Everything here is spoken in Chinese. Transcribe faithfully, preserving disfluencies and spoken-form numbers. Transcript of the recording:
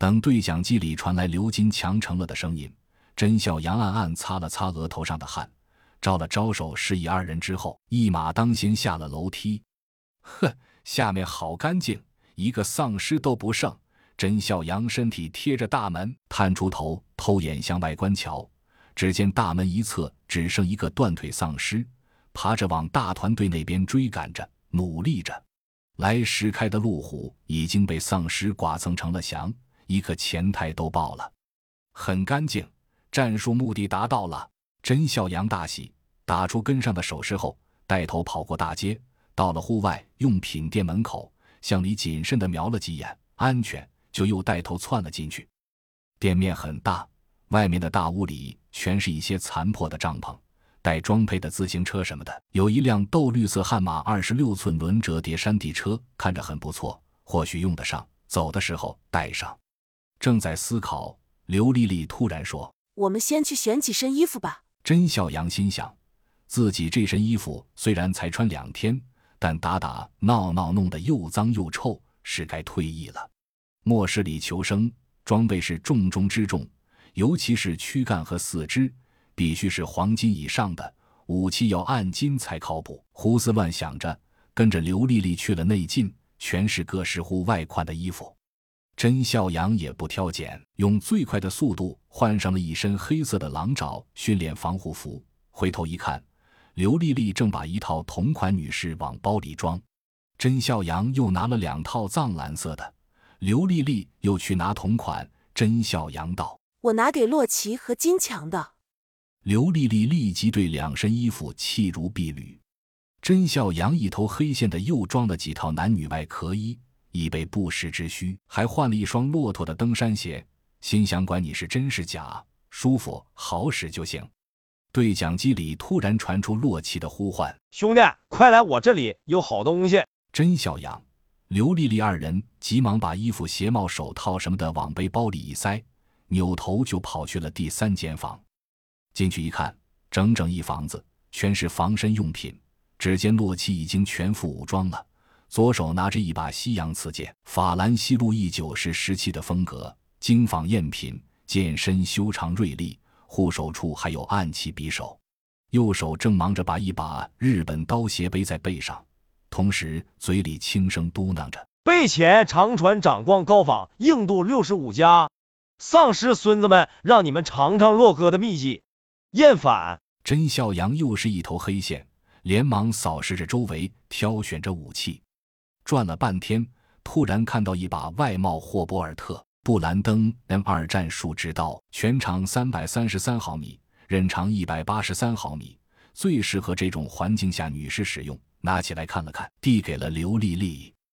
等对讲机里传来刘金强成了的声音，甄孝阳暗暗擦了擦额头上的汗，招了招手示意二人之后，一马当先下了楼梯。呵，下面好干净，一个丧尸都不剩。甄孝阳身体贴着大门，探出头偷眼向外观瞧，只见大门一侧只剩一个断腿丧尸，爬着往大团队那边追赶着，努力着。来时开的路虎已经被丧尸剐蹭成了翔，一个前台都爆了。很干净，战术目的达到了。甄孝阳大喜，打出跟上的手势后，带头跑过大街，到了户外用品店门口，向里谨慎地瞄了几眼，安全，就又带头窜了进去。店面很大，外面的大屋里全是一些残破的帐篷，带装配的自行车什么的，有一辆豆绿色悍马二十六寸轮折叠山地车，看着很不错，或许用得上，走的时候带上。正在思考，刘丽丽突然说： 我们先去选几身衣服吧。 甄孝阳心想，自己这身衣服虽然才穿两天，但打打闹闹弄得又脏又臭，是该退役了。末世里求生，装备是重中之重，尤其是躯干和四肢，必须是黄金以上的，武器要暗金才靠谱。胡思乱想着，跟着刘丽丽去了内进，全是各式户外款的衣服。甄孝阳也不挑拣，用最快的速度换上了一身黑色的狼爪训练防护服。回头一看，刘丽丽正把一套同款女士往包里装。甄孝阳又拿了两套藏蓝色的，刘丽丽又去拿同款。甄孝阳道： 我拿给洛奇和金强的。 刘丽丽立即对两身衣服弃如敝履。甄孝阳一头黑线的又装了几套男女外壳衣，以备不时之需，还换了一双骆驼的登山鞋，心想管你是真是假，舒服好使就行。对讲机里突然传出洛奇的呼唤： 兄弟，快来我这里，有好东西。 甄孝阳、刘丽丽二人急忙把衣服、鞋帽、手套什么的往背包里一塞，扭头就跑去了第三间房。进去一看，整整一房子全是防身用品，只见洛奇已经全副武装了，左手拿着一把西洋刺剑，法兰西路易九世时期的风格，精仿赝品，剑身修长锐利，护手处还有暗器匕首。右手正忙着把一把日本刀斜背在背上，同时嘴里轻声嘟囔着： 背前长传长光高仿，硬度六十五加。丧尸孙子们，让你们尝尝洛哥的秘籍。厌反。 甄孝阳又是一头黑线，连忙扫视着周围，挑选着武器。转了半天，突然看到一把外贸霍博尔特布兰登 M 二 战术之刀，全长三百三十三毫米，刃长一百八十三毫米，最适合这种环境下女士使用。拿起来看了看，递给了刘丽丽。